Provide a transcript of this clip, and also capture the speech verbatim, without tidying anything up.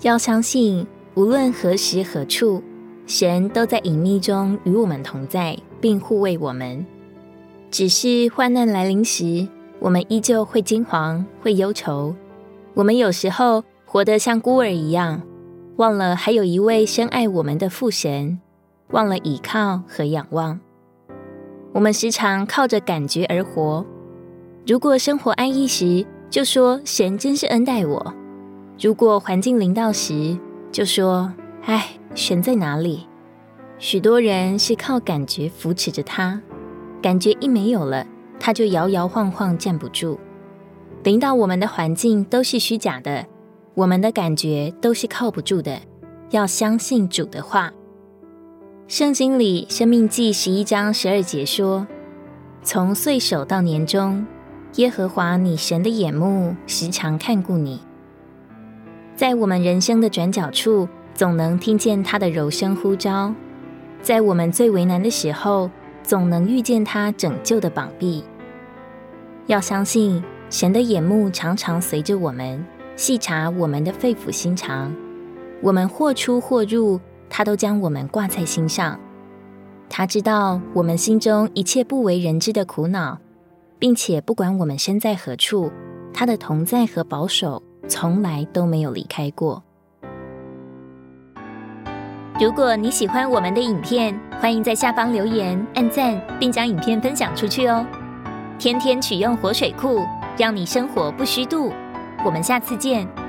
要相信无论何时何处，神都在隐秘中与我们同在，并护卫我们。只是患难来临时，我们依旧会惊惶，会忧愁。我们有时候活得像孤儿一样，忘了还有一位深爱我们的父神，忘了倚靠和仰望。我们时常靠着感觉而活，如果生活安逸时，就说神真是恩待我；如果环境临到时，就说唉，神在哪里？许多人是靠感觉扶持着他，感觉一没有了，他就摇摇晃晃站不住。临到我们的环境都是虚假的，我们的感觉都是靠不住的，要相信主的话。圣经里申命记十一章十二节说，从岁首到年终，耶和华你神的眼目时常看顾你。在我们人生的转角处，总能听见他的柔声呼召，在我们最为难的时候，总能遇见他拯救的膀臂。要相信神的眼目常常随着我们，细察我们的肺腑心肠，我们或出或入，他都将我们挂在心上。他知道我们心中一切不为人知的苦恼，并且不管我们身在何处，他的同在和保守从来都没有离开过。如果你喜欢我们的影片，欢迎在下方留言、按赞，并将影片分享出去哦。天天取用活水库，让你生活不虚度。我们下次见。